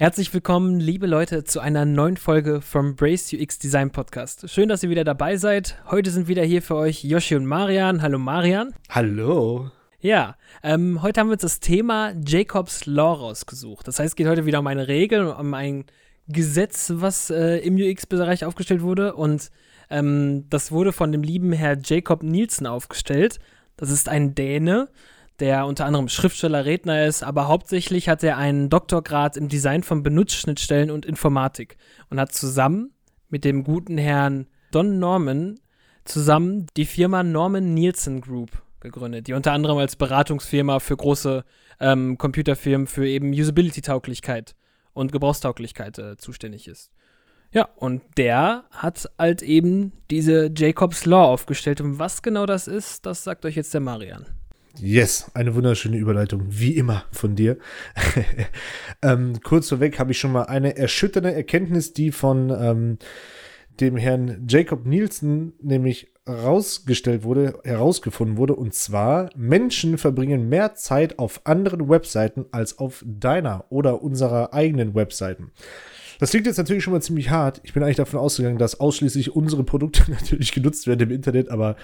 Herzlich willkommen, liebe Leute, zu einer neuen Folge vom Brace UX Design Podcast. Schön, dass ihr wieder dabei seid. Heute sind wieder hier für euch Yoshi und Marian. Hallo Marian. Hallo. Ja, heute haben wir uns das Thema Jacobs Law rausgesucht. Das heißt, es geht heute wieder um eine Regel, um ein Gesetz, was im UX-Bereich aufgestellt wurde. Und das wurde von dem lieben Herr Jacob Nielsen aufgestellt. Das ist ein Däne, der unter anderem Schriftsteller, Redner ist, aber hauptsächlich hat er einen Doktorgrad im Design von Benutzerschnittstellen und Informatik und hat zusammen mit dem guten Herrn Don Norman zusammen die Firma Norman Nielsen Group gegründet, die unter anderem als Beratungsfirma für große Computerfirmen für eben Usability-Tauglichkeit und Gebrauchstauglichkeit zuständig ist. Ja, und der hat halt eben diese Jacobs Law aufgestellt. Und was genau das ist, das sagt euch jetzt der Marian. Yes, eine wunderschöne Überleitung, wie immer von dir. Kurz vorweg habe ich schon mal eine erschütternde Erkenntnis, die von dem Herrn Jacob Nielsen nämlich herausgefunden wurde. Und zwar, Menschen verbringen mehr Zeit auf anderen Webseiten als auf deiner oder unserer eigenen Webseiten. Das klingt jetzt natürlich schon mal ziemlich hart. Ich bin eigentlich davon ausgegangen, dass ausschließlich unsere Produkte natürlich genutzt werden im Internet, aber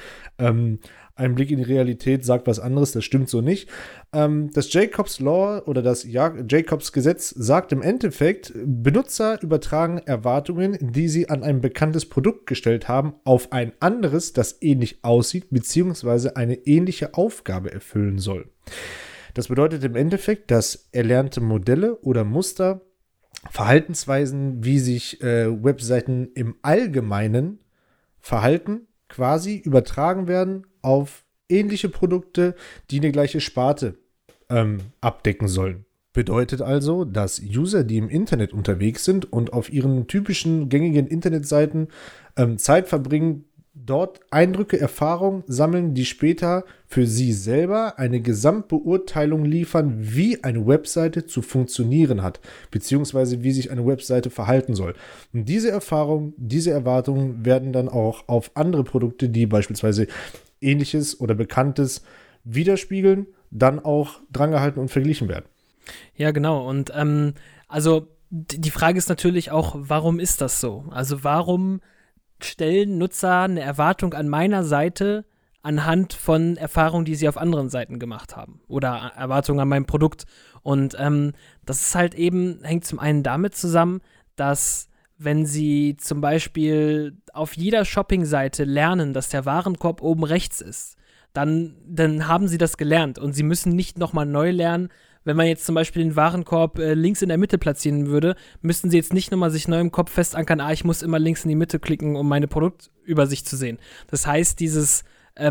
ein Blick in die Realität sagt was anderes, das stimmt so nicht. Das Jacobs Law oder das Jacobs Gesetz sagt im Endeffekt, Benutzer übertragen Erwartungen, die sie an ein bekanntes Produkt gestellt haben, auf ein anderes, das ähnlich aussieht, beziehungsweise eine ähnliche Aufgabe erfüllen soll. Das bedeutet im Endeffekt, dass erlernte Modelle oder Muster, Verhaltensweisen, wie sich Webseiten im Allgemeinen verhalten, quasi übertragen werden auf ähnliche Produkte, die eine gleiche Sparte abdecken sollen. Bedeutet also, dass User, die im Internet unterwegs sind und auf ihren typischen gängigen Internetseiten Zeit verbringen, dort Eindrücke, Erfahrungen sammeln, die später für sie selber eine Gesamtbeurteilung liefern, wie eine Webseite zu funktionieren hat, beziehungsweise wie sich eine Webseite verhalten soll. Und diese Erfahrungen, diese Erwartungen werden dann auch auf andere Produkte, die beispielsweise Ähnliches oder Bekanntes widerspiegeln, dann auch drangehalten und verglichen werden. Ja, genau. Und also die Frage ist natürlich auch, warum ist das so? Also warum stellen Nutzer eine Erwartung an meiner Seite anhand von Erfahrungen, die sie auf anderen Seiten gemacht haben oder Erwartungen an meinem Produkt. Und das ist halt eben, hängt zum einen damit zusammen, dass wenn sie zum Beispiel auf jeder Shopping-Seite lernen, dass der Warenkorb oben rechts ist, dann haben sie das gelernt und sie müssen nicht nochmal neu lernen. Wenn man jetzt zum Beispiel den Warenkorb links in der Mitte platzieren würde, müssten sie jetzt nicht nochmal sich neu im Kopf festankern, ich muss immer links in die Mitte klicken, um meine Produktübersicht zu sehen. Das heißt, dieses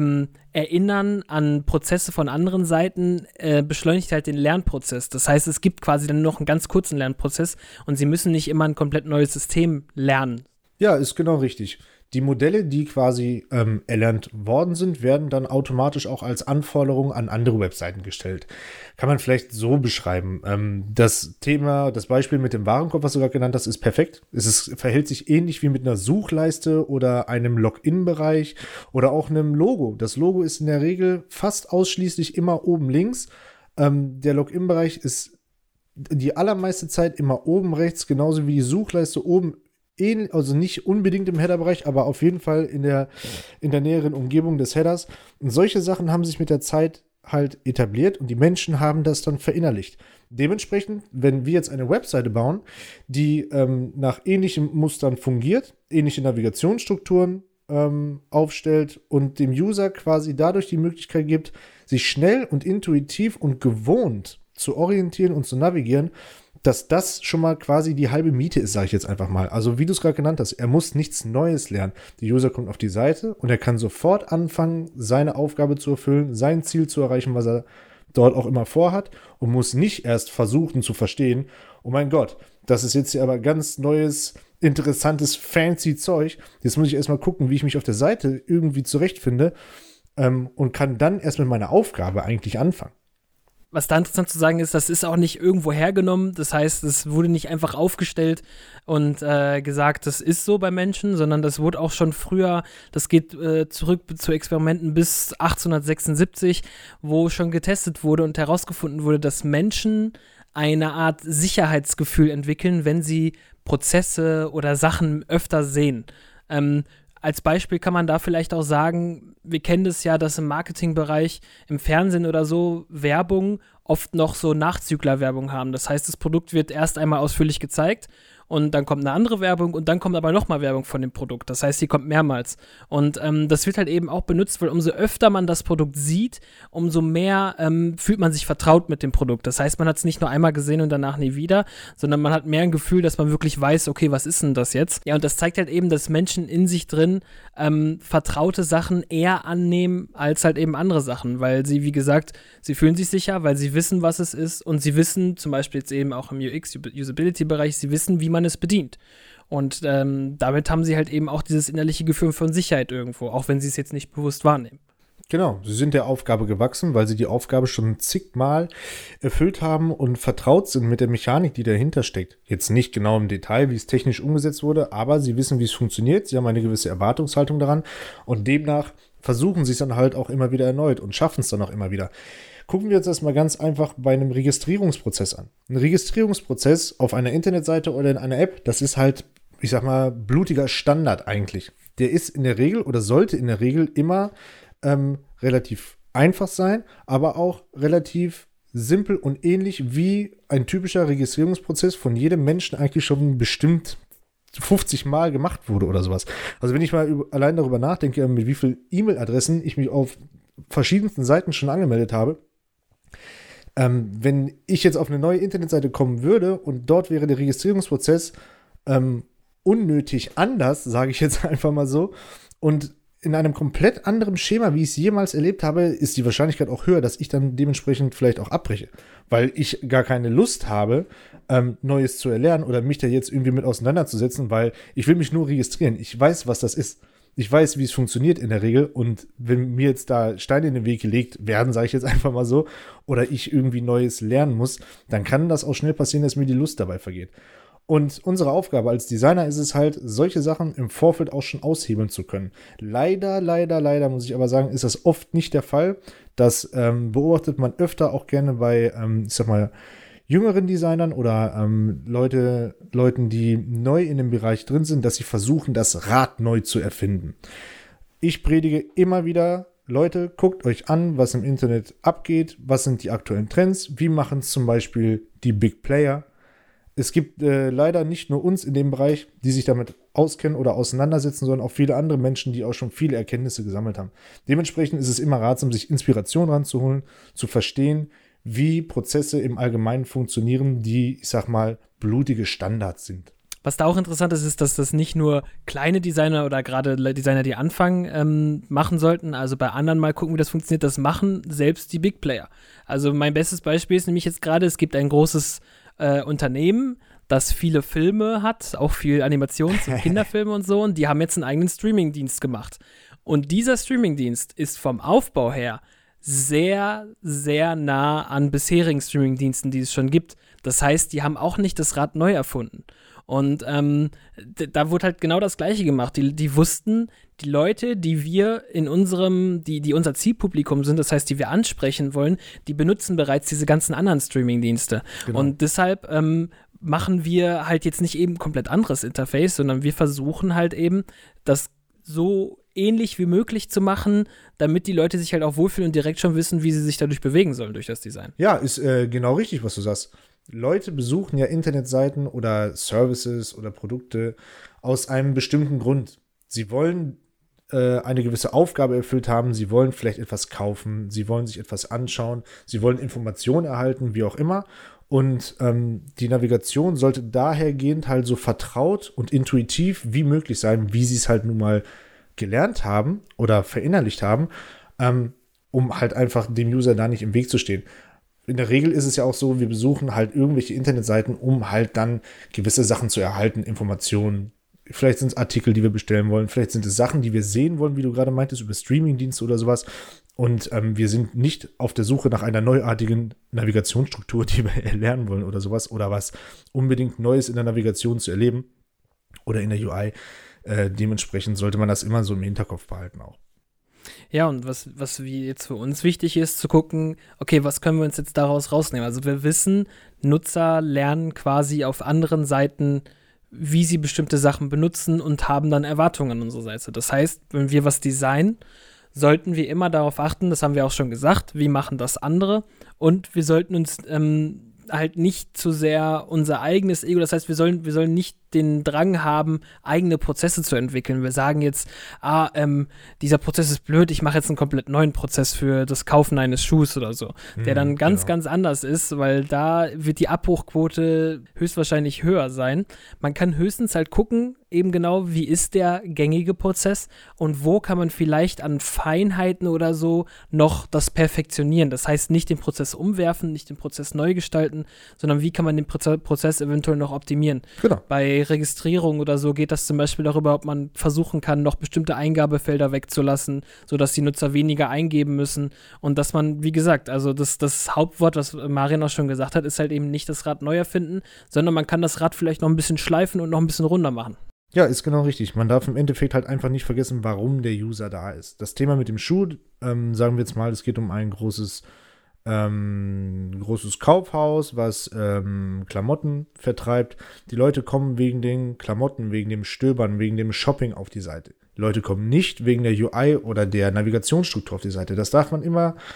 Erinnern an Prozesse von anderen Seiten beschleunigt halt den Lernprozess. Das heißt, es gibt quasi dann noch einen ganz kurzen Lernprozess und sie müssen nicht immer ein komplett neues System lernen. Ja, ist genau richtig. Die Modelle, die quasi erlernt worden sind, werden dann automatisch auch als Anforderung an andere Webseiten gestellt. Kann man vielleicht so beschreiben. Das Beispiel mit dem Warenkorb, was du gerade genannt hast, ist perfekt. Verhält sich ähnlich wie mit einer Suchleiste oder einem Login-Bereich oder auch einem Logo. Das Logo ist in der Regel fast ausschließlich immer oben links. Der Login-Bereich ist die allermeiste Zeit immer oben rechts, genauso wie die Suchleiste oben, also nicht unbedingt im Header-Bereich, aber auf jeden Fall in der näheren Umgebung des Headers. Und solche Sachen haben sich mit der Zeit halt etabliert und die Menschen haben das dann verinnerlicht. Dementsprechend, wenn wir jetzt eine Webseite bauen, die nach ähnlichen Mustern fungiert, ähnliche Navigationsstrukturen aufstellt und dem User quasi dadurch die Möglichkeit gibt, sich schnell und intuitiv und gewohnt zu orientieren und zu navigieren, dass das schon mal quasi die halbe Miete ist, sage ich jetzt einfach mal. Also wie du es gerade genannt hast, er muss nichts Neues lernen. Der User kommt auf die Seite und er kann sofort anfangen, seine Aufgabe zu erfüllen, sein Ziel zu erreichen, was er dort auch immer vorhat und muss nicht erst versuchen zu verstehen, oh mein Gott, das ist jetzt hier aber ganz neues, interessantes, fancy Zeug. Jetzt muss ich erstmal gucken, wie ich mich auf der Seite irgendwie zurechtfinde und kann dann erst mit meiner Aufgabe eigentlich anfangen. Was da interessant zu sagen ist, das ist auch nicht irgendwo hergenommen. Das heißt, es wurde nicht einfach aufgestellt und gesagt, das ist so bei Menschen, sondern das wurde auch schon früher, das geht zurück zu Experimenten bis 1876, wo schon getestet wurde und herausgefunden wurde, dass Menschen eine Art Sicherheitsgefühl entwickeln, wenn sie Prozesse oder Sachen öfter sehen. Als Beispiel kann man da vielleicht auch sagen, wir kennen das ja, dass im Marketingbereich, im Fernsehen oder so, Werbung oft noch so Nachzüglerwerbung haben. Das heißt, das Produkt wird erst einmal ausführlich gezeigt und dann kommt eine andere Werbung und dann kommt aber nochmal Werbung von dem Produkt. Das heißt, die kommt mehrmals. Und das wird halt eben auch benutzt, weil umso öfter man das Produkt sieht, umso mehr fühlt man sich vertraut mit dem Produkt. Das heißt, man hat es nicht nur einmal gesehen und danach nie wieder, sondern man hat mehr ein Gefühl, dass man wirklich weiß, okay, was ist denn das jetzt? Ja, und das zeigt halt eben, dass Menschen in sich drin vertraute Sachen eher annehmen als halt eben andere Sachen, weil sie, wie gesagt, sie fühlen sich sicher, weil sie wissen, was es ist und sie wissen, zum Beispiel jetzt eben auch im UX-Usability-Bereich, sie wissen, wie man es bedient. Und damit haben sie halt eben auch dieses innerliche Gefühl von Sicherheit irgendwo, auch wenn sie es jetzt nicht bewusst wahrnehmen. Genau, sie sind der Aufgabe gewachsen, weil sie die Aufgabe schon zigmal erfüllt haben und vertraut sind mit der Mechanik, die dahinter steckt. Jetzt nicht genau im Detail, wie es technisch umgesetzt wurde, aber sie wissen, wie es funktioniert, sie haben eine gewisse Erwartungshaltung daran und demnach versuchen sie es dann halt auch immer wieder erneut und schaffen es dann auch immer wieder. Gucken wir uns das mal ganz einfach bei einem Registrierungsprozess an. Ein Registrierungsprozess auf einer Internetseite oder in einer App, das ist halt, ich sag mal, blutiger Standard eigentlich. Der ist in der Regel oder sollte in der Regel immer relativ einfach sein, aber auch relativ simpel und ähnlich wie ein typischer Registrierungsprozess von jedem Menschen eigentlich schon bestimmt 50 Mal gemacht wurde oder sowas. Also wenn ich mal allein darüber nachdenke, mit wie vielen E-Mail-Adressen ich mich auf verschiedensten Seiten schon angemeldet habe, wenn ich jetzt auf eine neue Internetseite kommen würde und dort wäre der Registrierungsprozess unnötig anders, sage ich jetzt einfach mal so, und in einem komplett anderen Schema, wie ich es jemals erlebt habe, ist die Wahrscheinlichkeit auch höher, dass ich dann dementsprechend vielleicht auch abbreche, weil ich gar keine Lust habe, Neues zu erlernen oder mich da jetzt irgendwie mit auseinanderzusetzen, weil ich will mich nur registrieren. Ich weiß, was das ist. Ich weiß, wie es funktioniert in der Regel und wenn mir jetzt da Steine in den Weg gelegt werden, sage ich jetzt einfach mal so, oder ich irgendwie Neues lernen muss, dann kann das auch schnell passieren, dass mir die Lust dabei vergeht. Und unsere Aufgabe als Designer ist es halt, solche Sachen im Vorfeld auch schon aushebeln zu können. Leider muss ich aber sagen, ist das oft nicht der Fall. Das beobachtet man öfter auch gerne bei, ich sag mal, jüngeren Designern oder Leuten, die neu in dem Bereich drin sind, dass sie versuchen, das Rad neu zu erfinden. Ich predige immer wieder, Leute, guckt euch an, was im Internet abgeht, was sind die aktuellen Trends, wie machen es zum Beispiel die Big Player. Es gibt leider nicht nur uns in dem Bereich, die sich damit auskennen oder auseinandersetzen, sondern auch viele andere Menschen, die auch schon viele Erkenntnisse gesammelt haben. Dementsprechend ist es immer ratsam, sich Inspiration ranzuholen, zu verstehen, wie Prozesse im Allgemeinen funktionieren, die, ich sag mal, blutige Standards sind. Was da auch interessant ist, ist, dass das nicht nur kleine Designer oder gerade Designer, die anfangen, machen sollten. Also bei anderen mal gucken, wie das funktioniert. Das machen selbst die Big Player. Also mein bestes Beispiel ist nämlich jetzt gerade, es gibt ein großes Unternehmen, das viele Filme hat, auch viel Animations- und Kinderfilme und so, und die haben jetzt einen eigenen Streamingdienst gemacht. Und dieser Streamingdienst ist vom Aufbau her sehr, sehr nah an bisherigen Streamingdiensten, die es schon gibt. Das heißt, die haben auch nicht das Rad neu erfunden. Und da wurde halt genau das Gleiche gemacht. Die wussten, die Leute, die wir in unserem, die unser Zielpublikum sind, das heißt, die wir ansprechen wollen, die benutzen bereits diese ganzen anderen Streamingdienste. Genau. Und deshalb machen wir halt jetzt nicht eben komplett anderes Interface, sondern wir versuchen halt eben, das so ähnlich wie möglich zu machen, damit die Leute sich halt auch wohlfühlen und direkt schon wissen, wie sie sich dadurch bewegen sollen durch das Design. Ja, ist genau richtig, was du sagst. Leute besuchen ja Internetseiten oder Services oder Produkte aus einem bestimmten Grund. Sie wollen eine gewisse Aufgabe erfüllt haben, sie wollen vielleicht etwas kaufen, sie wollen sich etwas anschauen, sie wollen Informationen erhalten, wie auch immer. Und die Navigation sollte dahergehend halt so vertraut und intuitiv wie möglich sein, wie sie es halt nun mal gelernt haben oder verinnerlicht haben, um halt einfach dem User da nicht im Weg zu stehen. In der Regel ist es ja auch so, wir besuchen halt irgendwelche Internetseiten, um halt dann gewisse Sachen zu erhalten, Informationen. Vielleicht sind es Artikel, die wir bestellen wollen, vielleicht sind es Sachen, die wir sehen wollen, wie du gerade meintest, über Streamingdienste oder sowas. Und wir sind nicht auf der Suche nach einer neuartigen Navigationsstruktur, die wir erlernen wollen oder sowas, oder was unbedingt Neues in der Navigation zu erleben oder in der UI. Dementsprechend sollte man das immer so im Hinterkopf behalten auch. Ja, und was wie jetzt für uns wichtig ist, zu gucken, okay, was können wir uns jetzt daraus rausnehmen? Also wir wissen, Nutzer lernen quasi auf anderen Seiten, wie sie bestimmte Sachen benutzen und haben dann Erwartungen an unsere Seite. Das heißt, wenn wir was designen, sollten wir immer darauf achten, das haben wir auch schon gesagt, wie machen das andere, und wir sollten uns halt nicht zu sehr unser eigenes Ego, das heißt, wir sollen nicht den Drang haben, eigene Prozesse zu entwickeln. Wir sagen jetzt, dieser Prozess ist blöd, ich mache jetzt einen komplett neuen Prozess für das Kaufen eines Schuhs oder so, der dann ganz anders ist, weil da wird die Abbruchquote höchstwahrscheinlich höher sein. Man kann höchstens halt gucken, eben genau, wie ist der gängige Prozess und wo kann man vielleicht an Feinheiten oder so noch das perfektionieren. Das heißt, nicht den Prozess umwerfen, nicht den Prozess neu gestalten, sondern wie kann man den Prozess eventuell noch optimieren. Genau. Bei Registrierung oder so geht das zum Beispiel darüber, ob man versuchen kann, noch bestimmte Eingabefelder wegzulassen, sodass die Nutzer weniger eingeben müssen und dass man, wie gesagt, also das Hauptwort, was Marian auch schon gesagt hat, ist halt eben nicht das Rad neu erfinden, sondern man kann das Rad vielleicht noch ein bisschen schleifen und noch ein bisschen runder machen. Ja, ist genau richtig. Man darf im Endeffekt halt einfach nicht vergessen, warum der User da ist. Das Thema mit dem Schuh, sagen wir jetzt mal, es geht um ein großes Kaufhaus, was Klamotten vertreibt. Die Leute kommen wegen den Klamotten, wegen dem Stöbern, wegen dem Shopping auf die Seite. Die Leute kommen nicht wegen der UI oder der Navigationsstruktur auf die Seite. Das darf man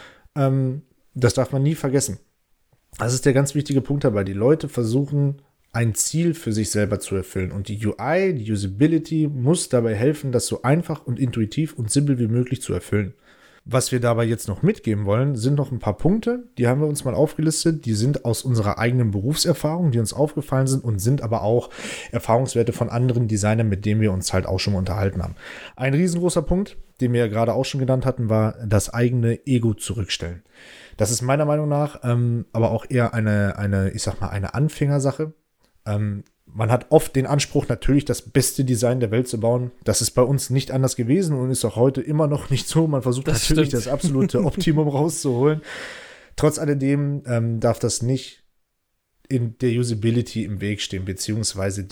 nie vergessen. Das ist der ganz wichtige Punkt dabei. Die Leute versuchen, ein Ziel für sich selber zu erfüllen. Und die UI, die Usability, muss dabei helfen, das so einfach und intuitiv und simpel wie möglich zu erfüllen. Was wir dabei jetzt noch mitgeben wollen, sind noch ein paar Punkte, die haben wir uns mal aufgelistet, die sind aus unserer eigenen Berufserfahrung, die uns aufgefallen sind und sind aber auch Erfahrungswerte von anderen Designern, mit denen wir uns halt auch schon mal unterhalten haben. Ein riesengroßer Punkt, den wir ja gerade auch schon genannt hatten, war das eigene Ego zurückstellen. Das ist meiner Meinung nach aber auch eher eine Anfängersache. Man hat oft den Anspruch, natürlich das beste Design der Welt zu bauen. Das ist bei uns nicht anders gewesen und ist auch heute immer noch nicht so. Man versucht das natürlich das absolute Optimum rauszuholen. Trotz alledem darf das nicht in der Usability im Weg stehen, beziehungsweise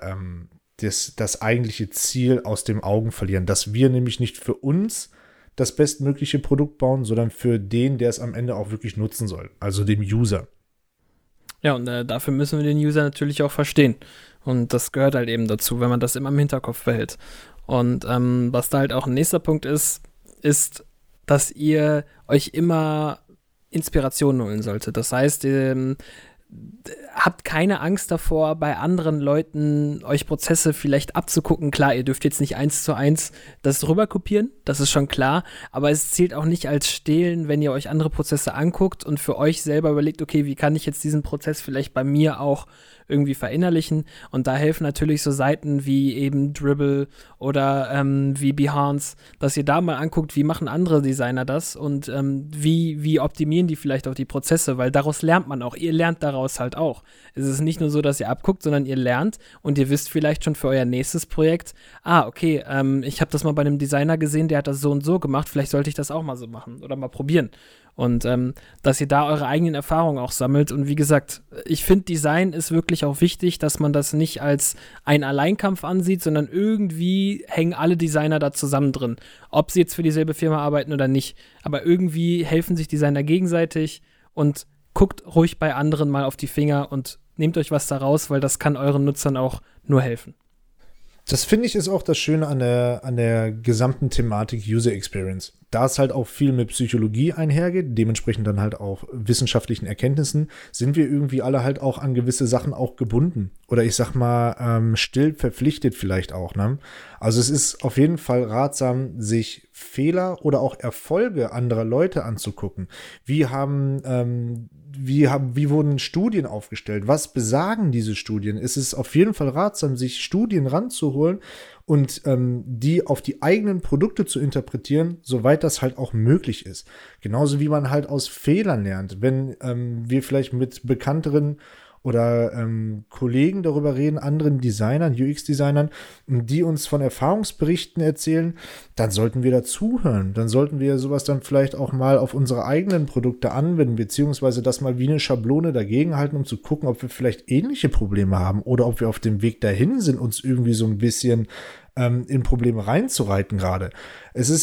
das eigentliche Ziel aus den Augen verlieren. Dass wir nämlich nicht für uns das bestmögliche Produkt bauen, sondern für den, der es am Ende auch wirklich nutzen soll, also dem User. Ja, und dafür müssen wir den User natürlich auch verstehen. Und das gehört halt eben dazu, wenn man das immer im Hinterkopf behält. Und was da halt auch ein nächster Punkt ist, dass ihr euch immer Inspiration holen solltet. Das heißt, habt keine Angst davor, bei anderen Leuten euch Prozesse vielleicht abzugucken. Klar, ihr dürft jetzt nicht 1:1 das rüberkopieren, das ist schon klar, aber es zählt auch nicht als Stehlen, wenn ihr euch andere Prozesse anguckt und für euch selber überlegt, okay, wie kann ich jetzt diesen Prozess vielleicht bei mir auch irgendwie verinnerlichen, und da helfen natürlich so Seiten wie eben Dribbble oder wie Behance, dass ihr da mal anguckt, wie machen andere Designer das und wie optimieren die vielleicht auch die Prozesse, weil daraus lernt man auch, ihr lernt daraus halt auch. Es ist nicht nur so, dass ihr abguckt, sondern ihr lernt und ihr wisst vielleicht schon für euer nächstes Projekt, okay, ich habe das mal bei einem Designer gesehen, der hat das so und so gemacht, vielleicht sollte ich das auch mal so machen oder mal probieren. Und dass ihr da eure eigenen Erfahrungen auch sammelt. Und wie gesagt, ich finde, Design ist wirklich auch wichtig, dass man das nicht als einen Alleinkampf ansieht, sondern irgendwie hängen alle Designer da zusammen drin. Ob sie jetzt für dieselbe Firma arbeiten oder nicht. Aber irgendwie helfen sich Designer gegenseitig und guckt ruhig bei anderen mal auf die Finger und nehmt euch was da raus, weil das kann euren Nutzern auch nur helfen. Das finde ich ist auch das Schöne an der gesamten Thematik User Experience. Da es halt auch viel mit Psychologie einhergeht, dementsprechend dann halt auch wissenschaftlichen Erkenntnissen, sind wir irgendwie alle halt auch an gewisse Sachen auch gebunden. Oder ich sag mal, still verpflichtet vielleicht auch, ne? Also es ist auf jeden Fall ratsam, sich Fehler oder auch Erfolge anderer Leute anzugucken. Wie wurden Studien aufgestellt? Was besagen diese Studien? Es ist auf jeden Fall ratsam, sich Studien ranzuholen und die auf die eigenen Produkte zu interpretieren, soweit das halt auch möglich ist. Genauso wie man halt aus Fehlern lernt. Wenn wir vielleicht mit bekannteren oder Kollegen darüber reden, anderen Designern, UX-Designern, die uns von Erfahrungsberichten erzählen, dann sollten wir da zuhören. Dann sollten wir sowas dann vielleicht auch mal auf unsere eigenen Produkte anwenden, beziehungsweise das mal wie eine Schablone dagegenhalten, um zu gucken, ob wir vielleicht ähnliche Probleme haben oder ob wir auf dem Weg dahin sind, uns irgendwie so ein bisschen in Probleme reinzureiten gerade. Es ist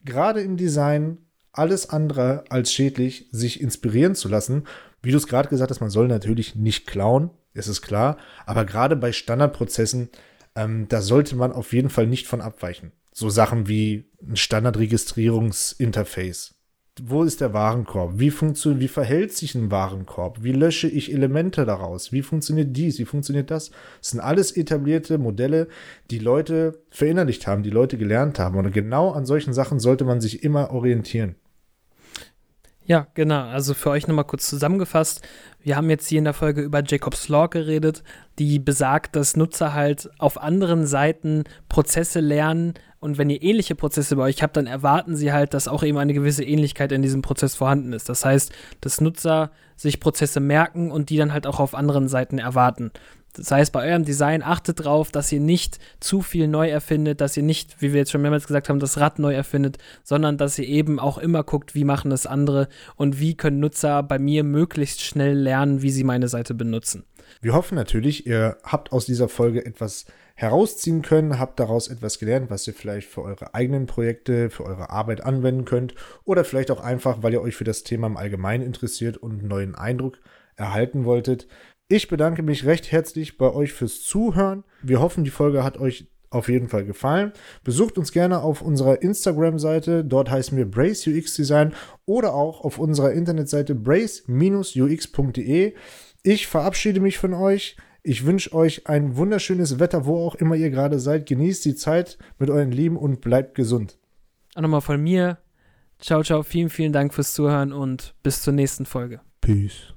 gerade im Design alles andere als schädlich, sich inspirieren zu lassen. Wie du es gerade gesagt hast, man soll natürlich nicht klauen, ist es klar, aber gerade bei Standardprozessen, da sollte man auf jeden Fall nicht von abweichen. So Sachen wie ein Standardregistrierungsinterface. Wo ist der Warenkorb? Wie verhält sich ein Warenkorb? Wie lösche ich Elemente daraus? Wie funktioniert dies? Wie funktioniert das? Das sind alles etablierte Modelle, die Leute verinnerlicht haben, die Leute gelernt haben. Und genau an solchen Sachen sollte man sich immer orientieren. Ja, genau. Also für euch nochmal kurz zusammengefasst. Wir haben jetzt hier in der Folge über Jacob's Law geredet, die besagt, dass Nutzer halt auf anderen Seiten Prozesse lernen und wenn ihr ähnliche Prozesse bei euch habt, dann erwarten sie halt, dass auch eben eine gewisse Ähnlichkeit in diesem Prozess vorhanden ist. Das heißt, dass Nutzer sich Prozesse merken und die dann halt auch auf anderen Seiten erwarten. Das heißt, bei eurem Design achtet darauf, dass ihr nicht zu viel neu erfindet, dass ihr nicht, wie wir jetzt schon mehrmals gesagt haben, das Rad neu erfindet, sondern dass ihr eben auch immer guckt, wie machen das andere und wie können Nutzer bei mir möglichst schnell lernen, wie sie meine Seite benutzen. Wir hoffen natürlich, ihr habt aus dieser Folge etwas herausziehen können, habt daraus etwas gelernt, was ihr vielleicht für eure eigenen Projekte, für eure Arbeit anwenden könnt oder vielleicht auch einfach, weil ihr euch für das Thema im Allgemeinen interessiert und einen neuen Eindruck erhalten wolltet. Ich bedanke mich recht herzlich bei euch fürs Zuhören. Wir hoffen, die Folge hat euch auf jeden Fall gefallen. Besucht uns gerne auf unserer Instagram-Seite. Dort heißen wir Brace UX Design oder auch auf unserer Internetseite brace-ux.de. Ich verabschiede mich von euch. Ich wünsche euch ein wunderschönes Wetter, wo auch immer ihr gerade seid. Genießt die Zeit mit euren Lieben und bleibt gesund. Auch nochmal von mir. Ciao, ciao. Vielen, vielen Dank fürs Zuhören und bis zur nächsten Folge. Peace.